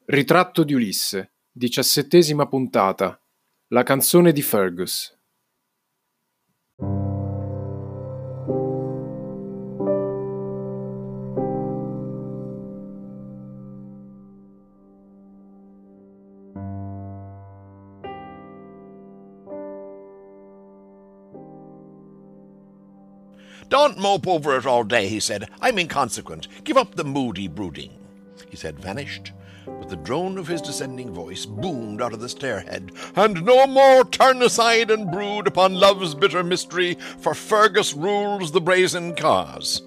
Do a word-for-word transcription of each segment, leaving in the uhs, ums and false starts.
Ritratto di Ulisse, diciassettesima puntata. La canzone di Fergus. "Don't mope over it all day," he said. "I'm inconsequent. Give up the moody brooding." His head vanished, but the drone of his descending voice boomed out of the stairhead. "And no more turn aside and brood upon love's bitter mystery, for Fergus rules the brazen cause."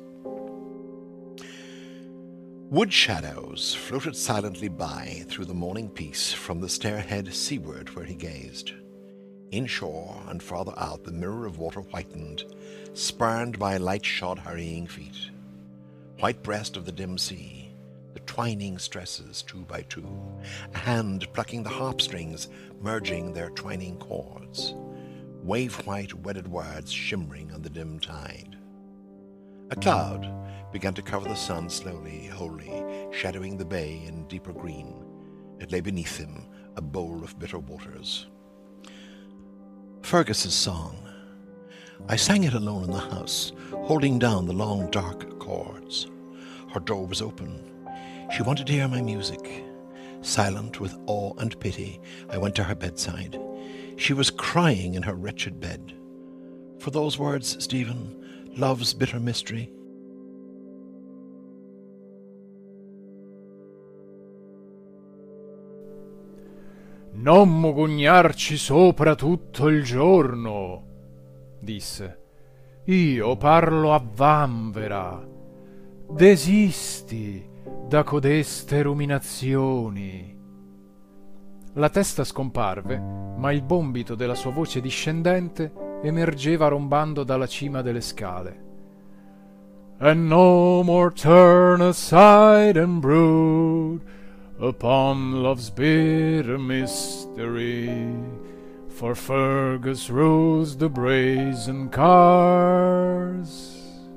Wood shadows floated silently by through the morning peace from the stairhead seaward where he gazed. Inshore and farther out the mirror of water whitened, spurned by light-shod hurrying feet. White breast of the dim sea, the twining stresses two by two, a hand plucking the harp strings, merging their twining chords, wave-white wedded words shimmering on the dim tide. A cloud began to cover the sun slowly, wholly, shadowing the bay in deeper green. It lay beneath him, a bowl of bitter waters. Fergus's song. I sang it alone in the house, holding down the long dark chords. Her door was open. She wanted to hear my music. Silent with awe and pity, I went to her bedside. She was crying in her wretched bed. For those words, Stephen, love's bitter mystery. Non mugugnarci sopra tutto il giorno, disse. Io parlo a vanvera. Desisti da codeste ruminazioni. La testa scomparve, ma il bombito della sua voce discendente emergeva rombando dalla cima delle scale. And no more turn aside and brood upon love's bitter mystery, for Fergus rules the brazen cars.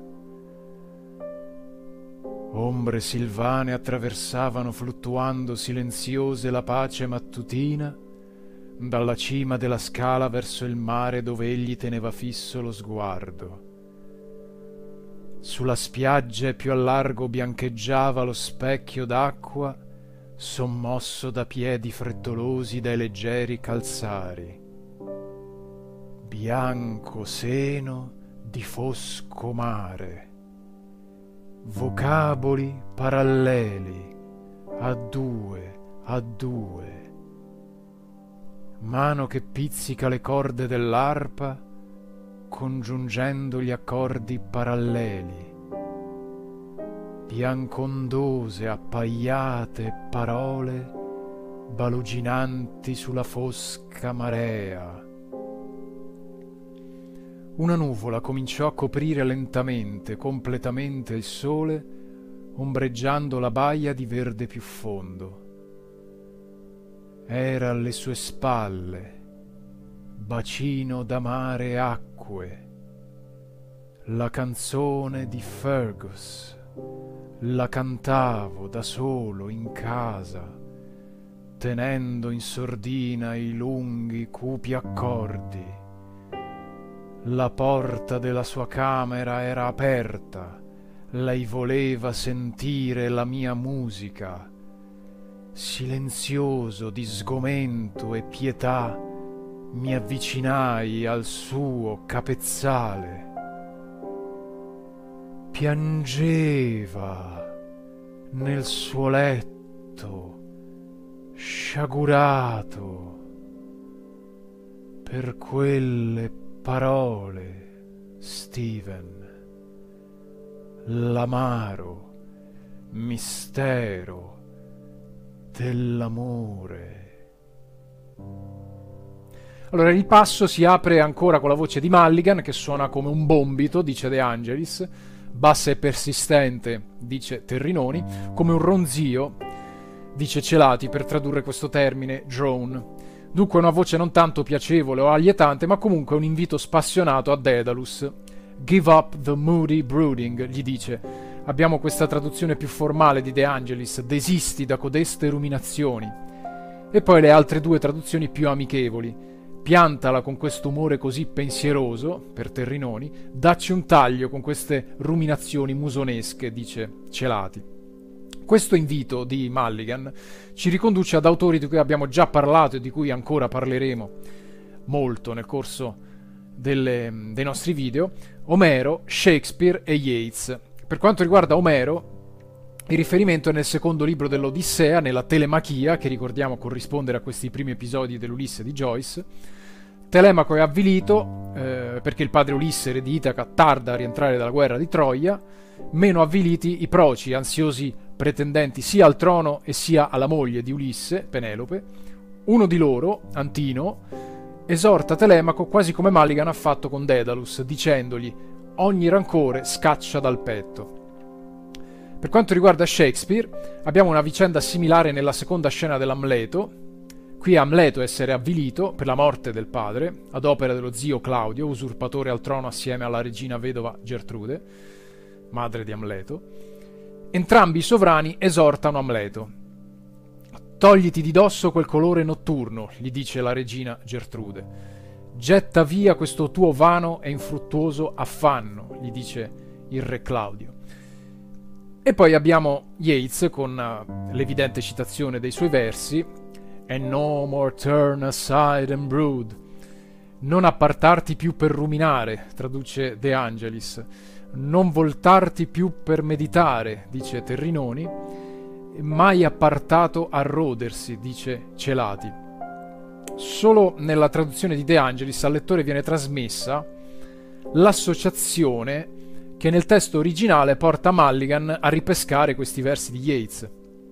Ombre silvane attraversavano fluttuando silenziose la pace mattutina, dalla cima della scala verso il mare dove egli teneva fisso lo sguardo. Sulla spiaggia più a largo biancheggiava lo specchio d'acqua, sommosso da piedi frettolosi dai leggeri calzari. Bianco seno di fosco mare. Vocaboli paralleli, a due, a due. Mano che pizzica le corde dell'arpa, congiungendo gli accordi paralleli. Biancondose, appaiate parole, baluginanti sulla fosca marea. Una nuvola cominciò a coprire lentamente, completamente il sole, ombreggiando la baia di verde più fondo. Era alle sue spalle, bacino d'amare e acque, la canzone di Fergus. La cantavo da solo in casa, tenendo in sordina i lunghi cupi accordi. La porta della sua camera era aperta, lei voleva sentire la mia musica. Silenzioso di sgomento e pietà, mi avvicinai al suo capezzale. Piangeva nel suo letto, sciagurato per quelle parole, Stephen, l'amaro mistero dell'amore. Allora il passo si apre ancora con la voce di Mulligan che suona come un bombito, dice De Angelis, bassa e persistente, dice Terrinoni, come un ronzio, dice Celati per tradurre questo termine, drone. Dunque una voce non tanto piacevole o allietante, ma comunque un invito spassionato a Daedalus. Give up the moody brooding, gli dice. abbiamo questa traduzione più formale di De Angelis, desisti da codeste ruminazioni, e poi le altre due traduzioni più amichevoli, piantala con questo umore così pensieroso, per Terrinoni, dacci un taglio con queste ruminazioni musonesche, dice Celati. Questo invito di Mulligan ci riconduce ad autori di cui abbiamo già parlato e di cui ancora parleremo molto nel corso delle, dei nostri video: Omero, Shakespeare e Yeats. Per quanto riguarda Omero, il riferimento è nel secondo libro dell'Odissea, nella Telemachia, che ricordiamo corrispondere a questi primi episodi dell'Ulisse di Joyce. Telemaco è avvilito eh, perché il padre Ulisse, re di Itaca, tarda a rientrare dalla guerra di Troia. Meno avviliti i proci, ansiosi pretendenti sia al trono e sia alla moglie di Ulisse, Penelope. Uno di loro, Antino, esorta Telemaco quasi come Mulligan ha fatto con Daedalus, dicendogli: ogni rancore scaccia dal petto. Per quanto riguarda Shakespeare, abbiamo una vicenda similare nella seconda scena dell'Amleto. Qui è Amleto essere avvilito per la morte del padre, ad opera dello zio Claudio, usurpatore al trono assieme alla regina vedova Gertrude, madre di Amleto. Entrambi i sovrani esortano Amleto. Togliti di dosso quel colore notturno, gli dice la regina Gertrude. Getta via questo tuo vano e infruttuoso affanno, gli dice il re Claudio. E poi abbiamo Yeats con uh, l'evidente citazione dei suoi versi: And no more turn aside and brood. Non appartarti più per ruminare, traduce De Angelis. Non voltarti più per meditare, dice Terrinoni. Mai appartato a rodersi, dice Celati. Solo nella traduzione di De Angelis al lettore viene trasmessa l'associazione che nel testo originale porta Mulligan a ripescare questi versi di Yeats.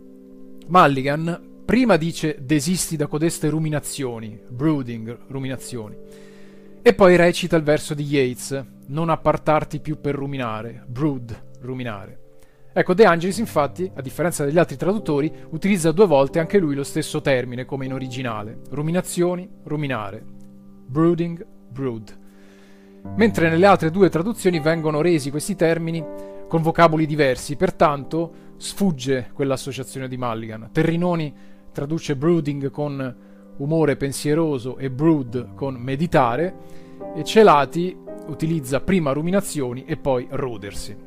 Mulligan prima dice desisti da codeste ruminazioni, brooding, ruminazioni, e poi recita il verso di Yeats, non appartarti più per ruminare, brood, ruminare. Ecco, De Angelis infatti, a differenza degli altri traduttori, utilizza due volte anche lui lo stesso termine come in originale: ruminazioni, ruminare, brooding, brood. Mentre nelle altre due traduzioni vengono resi questi termini con vocaboli diversi, pertanto sfugge quell'associazione di Mulligan. Terrinoni traduce brooding con umore pensieroso e brood con meditare, e Celati utilizza prima ruminazioni e poi rodersi.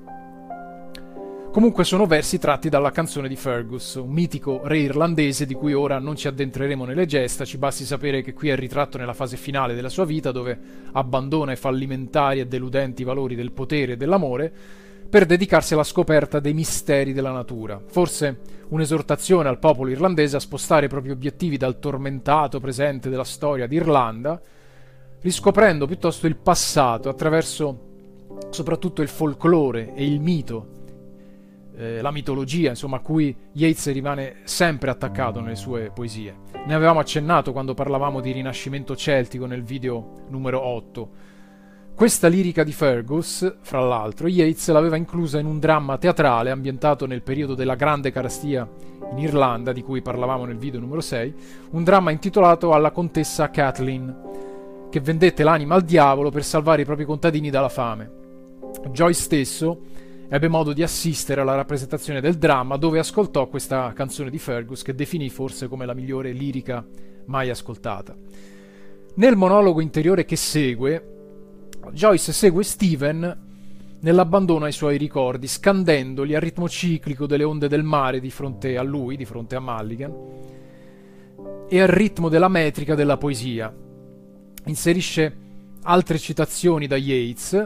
Comunque sono versi tratti dalla canzone di Fergus, un mitico re irlandese di cui ora non ci addentreremo nelle gesta, ci basti sapere che qui è ritratto nella fase finale della sua vita, dove abbandona i fallimentari e deludenti valori del potere e dell'amore per dedicarsi alla scoperta dei misteri della natura. Forse un'esortazione al popolo irlandese a spostare i propri obiettivi dal tormentato presente della storia d'Irlanda, riscoprendo piuttosto il passato attraverso soprattutto il folklore e il mito, eh, la mitologia, insomma, a cui Yeats rimane sempre attaccato nelle sue poesie. Ne avevamo accennato quando parlavamo di Rinascimento celtico nel video numero otto. Questa lirica di Fergus, fra l'altro, Yeats l'aveva inclusa in un dramma teatrale ambientato nel periodo della Grande Carestia in Irlanda, di cui parlavamo nel video numero sei, un dramma intitolato Alla contessa Kathleen, che vendette l'anima al diavolo per salvare i propri contadini dalla fame. Joyce stesso ebbe modo di assistere alla rappresentazione del dramma, dove ascoltò questa canzone di Fergus, che definì forse come la migliore lirica mai ascoltata. Nel monologo interiore che segue, Joyce segue Stephen nell'abbandono ai suoi ricordi, scandendoli al ritmo ciclico delle onde del mare di fronte a lui, di fronte a Mulligan, e al ritmo della metrica della poesia. Inserisce altre citazioni da Yeats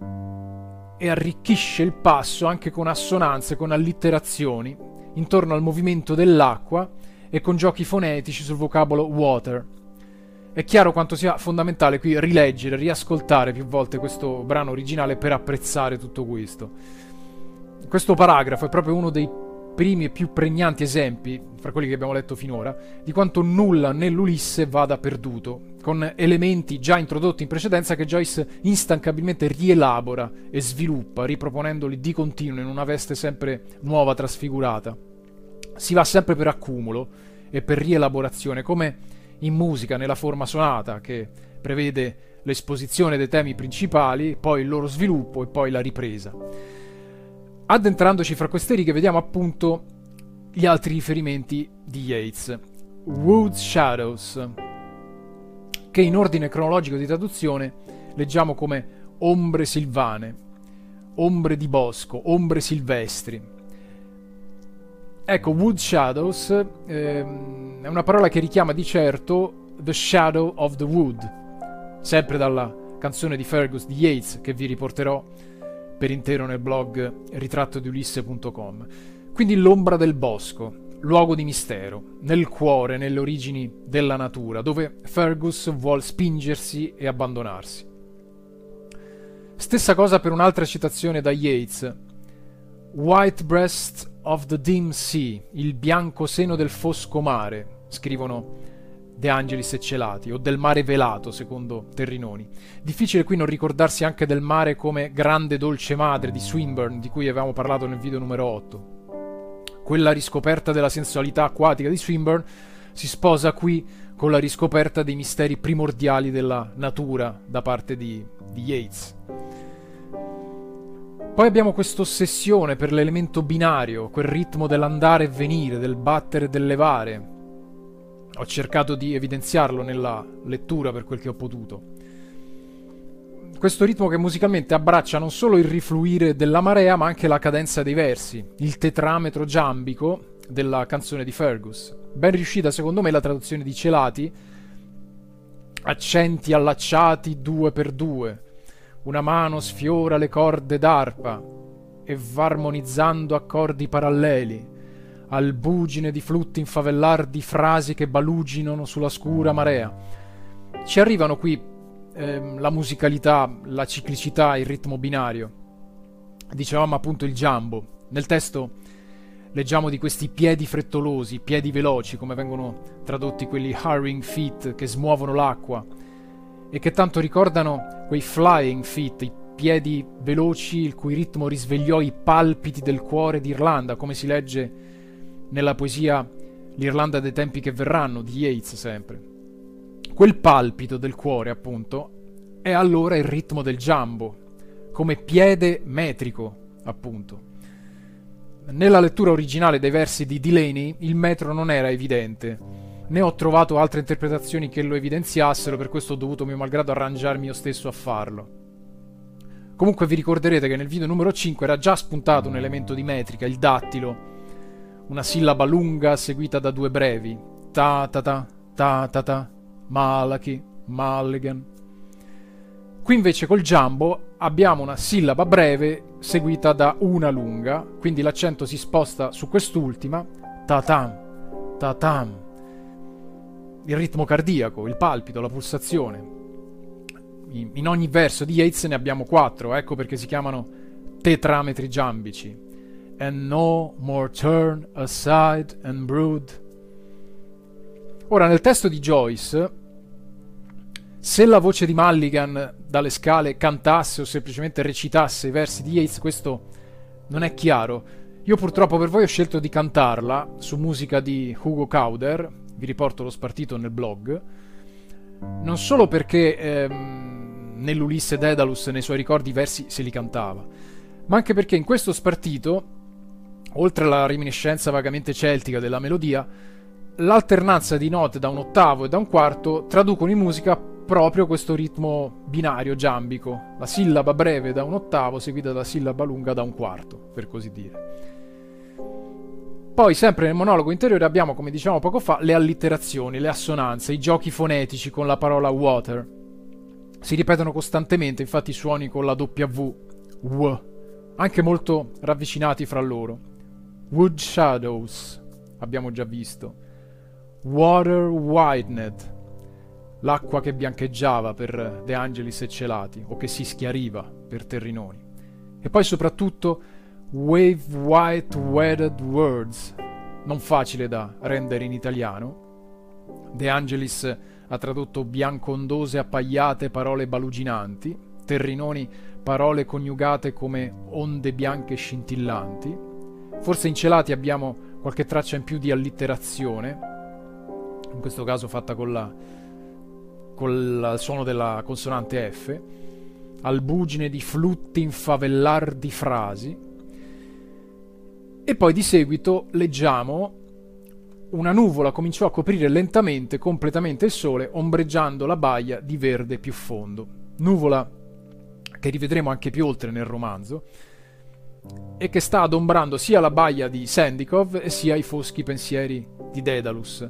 e arricchisce il passo anche con assonanze, con allitterazioni, intorno al movimento dell'acqua e con giochi fonetici sul vocabolo water. È chiaro quanto sia fondamentale qui rileggere, riascoltare più volte questo brano originale per apprezzare tutto questo. Questo paragrafo è proprio uno dei primi e più pregnanti esempi, fra quelli che abbiamo letto finora, di quanto nulla nell'Ulisse vada perduto, con elementi già introdotti in precedenza che Joyce instancabilmente rielabora e sviluppa, riproponendoli di continuo in una veste sempre nuova, trasfigurata. Si va sempre per accumulo e per rielaborazione, come in musica nella forma sonata, che prevede l'esposizione dei temi principali, poi il loro sviluppo e poi la ripresa. Addentrandoci fra queste righe vediamo appunto gli altri riferimenti di Yeats. Wood Shadows, che in ordine cronologico di traduzione leggiamo come ombre silvane, ombre di bosco, ombre silvestri. Ecco, Wood Shadows ehm, è una parola che richiama di certo The Shadow of the Wood, sempre dalla canzone di Fergus di Yeats, che vi riporterò per intero nel blog ritratto di ulisse punto com. Quindi l'ombra del bosco, luogo di mistero, nel cuore, nelle origini della natura, dove Fergus vuol spingersi e abbandonarsi. Stessa cosa per un'altra citazione da Yeats. White breast of the dim sea, il bianco seno del fosco mare, scrivono De Angelis e Celati, o del mare velato, secondo Terrinoni. Difficile qui non ricordarsi anche del mare come grande dolce madre di Swinburne, di cui avevamo parlato nel video numero otto. Quella riscoperta della sensualità acquatica di Swinburne si sposa qui con la riscoperta dei misteri primordiali della natura da parte di, di Yeats. Poi abbiamo questa ossessione per l'elemento binario, quel ritmo dell'andare e venire, del battere e del levare. Ho cercato di evidenziarlo nella lettura per quel che ho potuto. Questo ritmo che musicalmente abbraccia non solo il rifluire della marea, ma anche la cadenza dei versi, il tetrametro giambico della canzone di Fergus. Ben riuscita secondo me la traduzione di Celati, accenti allacciati due per due, una mano sfiora le corde d'arpa e va armonizzando accordi paralleli, al bugine di flutti infavellar di frasi che baluginano sulla scura marea. Ci arrivano qui ehm, la musicalità, la ciclicità, il ritmo binario. Dicevamo appunto il giambo. Nel testo leggiamo di questi piedi frettolosi, piedi veloci, come vengono tradotti quelli hurrying feet che smuovono l'acqua, e che tanto ricordano quei flying feet, i piedi veloci il cui ritmo risvegliò i palpiti del cuore d'Irlanda, come si legge nella poesia L'Irlanda dei tempi che verranno, di Yeats sempre. Quel palpito del cuore, appunto, è allora il ritmo del giambo, come piede metrico, appunto. Nella lettura originale dei versi di Delaney il metro non era evidente, né ho trovato altre interpretazioni che lo evidenziassero, per questo ho dovuto mio malgrado arrangiarmi io stesso a farlo. Comunque vi ricorderete che nel video numero cinque era già spuntato un elemento di metrica, il dattilo, una sillaba lunga seguita da due brevi, ta ta ta, ta ta ta, Malachi, Mulligan. Qui invece col giambo abbiamo una sillaba breve seguita da una lunga, quindi l'accento si sposta su quest'ultima, ta-tam, ta-tam, il ritmo cardiaco, il palpito, la pulsazione. In, in ogni verso di Yeats ne abbiamo quattro, ecco perché si chiamano tetrametri giambici. And no more turn aside and brood. Ora, nel testo di Joyce, se la voce di Mulligan dalle scale cantasse o semplicemente recitasse i versi di Yeats, questo non è chiaro. Io purtroppo per voi ho scelto di cantarla su musica di Hugo Cauder, vi riporto lo spartito nel blog, non solo perché ehm, nell'Ulisse Daedalus nei suoi ricordi i versi se li cantava, ma anche perché in questo spartito, oltre alla reminiscenza vagamente celtica della melodia, l'alternanza di note da un ottavo e da un quarto traducono in musica proprio questo ritmo binario giambico, la sillaba breve da un ottavo seguita da sillaba lunga da un quarto, per così dire. Poi sempre nel monologo interiore abbiamo, come dicevamo poco fa, le allitterazioni, le assonanze, i giochi fonetici con la parola water. Si ripetono costantemente infatti i suoni con la W, W, anche molto ravvicinati fra loro. Wood Shadows, abbiamo già visto. Water widened, l'acqua che biancheggiava per De Angelis e Celati, o che si schiariva per Terrinoni. E poi soprattutto wave white wedded words, non facile da rendere in italiano. De Angelis ha tradotto biancondose appagliate parole baluginanti, Terrinoni parole coniugate come onde bianche scintillanti. Forse in Celati abbiamo qualche traccia in più di allitterazione, in questo caso fatta con la con il suono della consonante F, al bugine di flutti infavellar di frasi. E poi di seguito leggiamo: una nuvola cominciò a coprire lentamente, completamente il sole, ombreggiando la baia di verde più fondo. Nuvola che rivedremo anche più oltre nel romanzo, e che sta adombrando sia la baia di Sandikov e sia i foschi pensieri di Daedalus.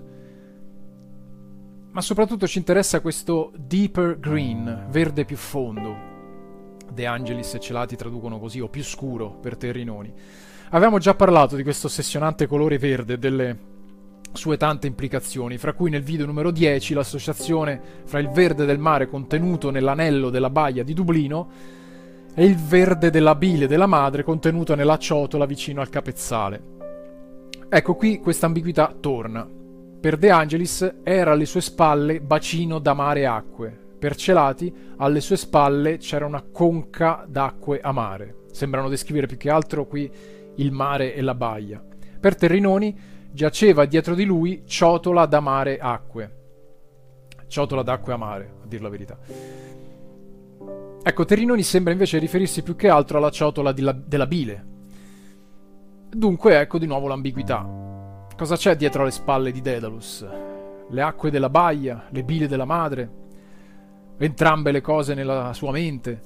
Ma soprattutto ci interessa questo deeper green, verde più fondo. De Angelis e Celati traducono così, o più scuro per Terrinoni. Avevamo già parlato di questo ossessionante colore verde e delle sue tante implicazioni, fra cui nel video numero dieci l'associazione fra il verde del mare contenuto nell'anello della baia di Dublino e il verde della bile della madre contenuto nella ciotola vicino al capezzale. Ecco, qui questa ambiguità torna. Per De Angelis era alle sue spalle bacino da mare e acque, per Celati alle sue spalle c'era una conca d'acque amare. Sembrano descrivere più che altro qui il mare e la baia. Per Terrinoni giaceva dietro di lui ciotola da mare acque. Ciotola d'acque amare, a dir la verità. Ecco, Terrinoni sembra invece riferirsi più che altro alla ciotola di la, della bile. Dunque ecco di nuovo l'ambiguità. Cosa c'è dietro le spalle di Daedalus? Le acque della baia, le bile della madre, entrambe le cose nella sua mente.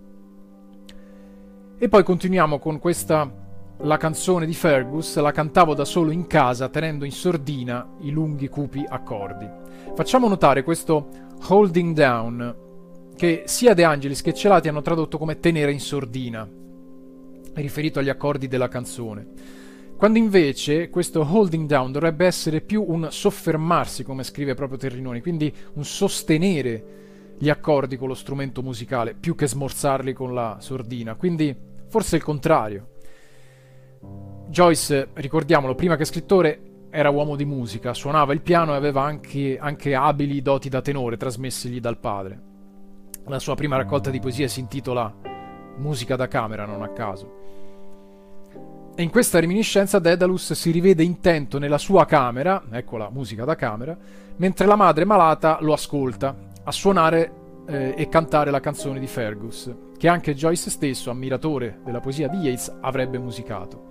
E poi continuiamo con questa, la canzone di Fergus, la cantavo da solo in casa tenendo in sordina i lunghi cupi accordi. Facciamo notare questo holding down, che sia De Angelis che Celati hanno tradotto come tenere in sordina, riferito agli accordi della canzone, quando invece questo holding down dovrebbe essere più un soffermarsi, come scrive proprio Terrinoni, quindi un sostenere gli accordi con lo strumento musicale, più che smorzarli con la sordina, quindi forse il contrario. Joyce, ricordiamolo, prima che scrittore era uomo di musica, suonava il piano e aveva anche, anche abili doti da tenore trasmessigli dal padre. La sua prima raccolta di poesie si intitola Musica da camera, non a caso. E in questa reminiscenza Daedalus si rivede intento nella sua camera, ecco la musica da camera, mentre la madre malata lo ascolta, a suonare eh, e cantare la canzone di Fergus, che anche Joyce stesso, ammiratore della poesia di Yeats, avrebbe musicato.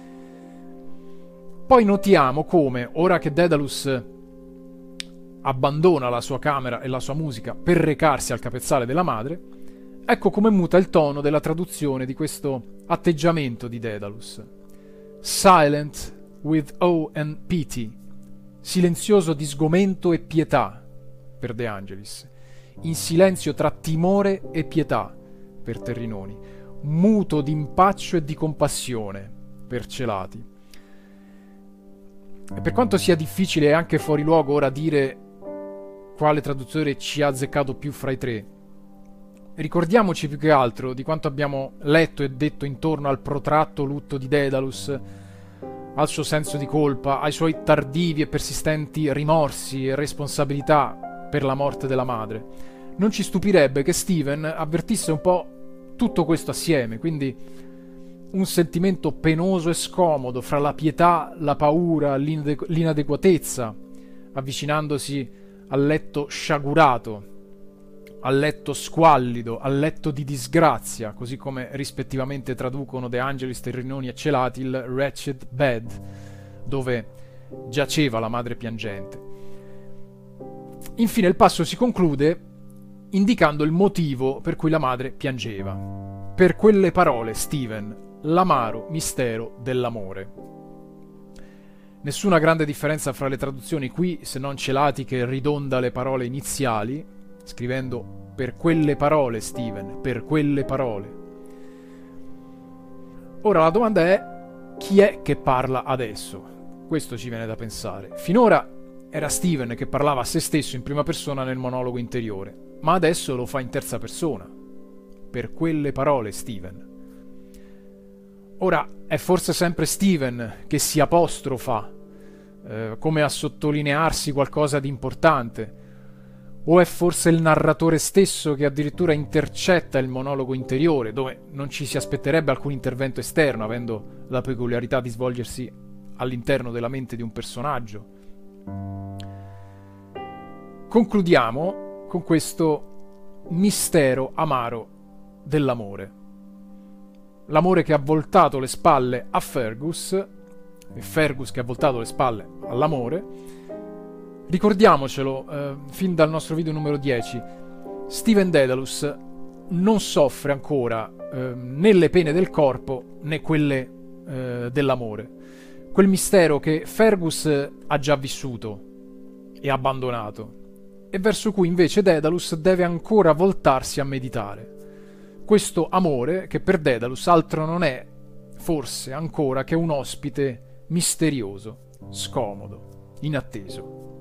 Poi notiamo come, ora che Daedalus abbandona la sua camera e la sua musica per recarsi al capezzale della madre, ecco come muta il tono della traduzione di questo atteggiamento di Daedalus. Silent with awe and pity, silenzioso di sgomento e pietà per De Angelis, in silenzio tra timore e pietà per Terrinoni, muto di impaccio e di compassione per Celati. E per quanto sia difficile e anche fuori luogo ora dire quale traduttore ci ha azzeccato più fra i tre, ricordiamoci più che altro di quanto abbiamo letto e detto intorno al protratto lutto di Daedalus, al suo senso di colpa, ai suoi tardivi e persistenti rimorsi e responsabilità per la morte della madre. Non ci stupirebbe che Steven avvertisse un po' tutto questo assieme, quindi un sentimento penoso e scomodo fra la pietà, la paura, l'inade- l'inadeguatezza, avvicinandosi al letto sciagurato, al letto squallido, al letto di disgrazia, così come rispettivamente traducono De Angelis, Terrinoni e Celati il wretched bed, dove giaceva la madre piangente. Infine il passo si conclude indicando il motivo per cui la madre piangeva. Per quelle parole, Steven, l'amaro mistero dell'amore. Nessuna grande differenza fra le traduzioni qui, se non Celati che ridonda le parole iniziali, scrivendo per quelle parole, Steven, per quelle parole. Ora la domanda è: chi è che parla adesso? Questo ci viene da pensare. Finora era Steven che parlava a se stesso in prima persona nel monologo interiore, ma adesso lo fa in terza persona. Per quelle parole, Steven. Ora è forse sempre Steven che si apostrofa, eh, come a sottolinearsi qualcosa di importante, o è forse il narratore stesso che addirittura intercetta il monologo interiore, dove non ci si aspetterebbe alcun intervento esterno, avendo la peculiarità di svolgersi all'interno della mente di un personaggio. Concludiamo con questo mistero amaro dell'amore. l'amore che ha voltato le spalle a Fergus, e Fergus che ha voltato le spalle all'amore. Ricordiamocelo, eh, fin dal nostro video numero dieci, Stephen Dedalus non soffre ancora eh, né le pene del corpo né quelle eh, dell'amore. Quel mistero che Fergus ha già vissuto e abbandonato, e verso cui invece Dedalus deve ancora voltarsi a meditare. Questo amore che per Dedalus altro non è, forse ancora, che un ospite misterioso, scomodo, inatteso.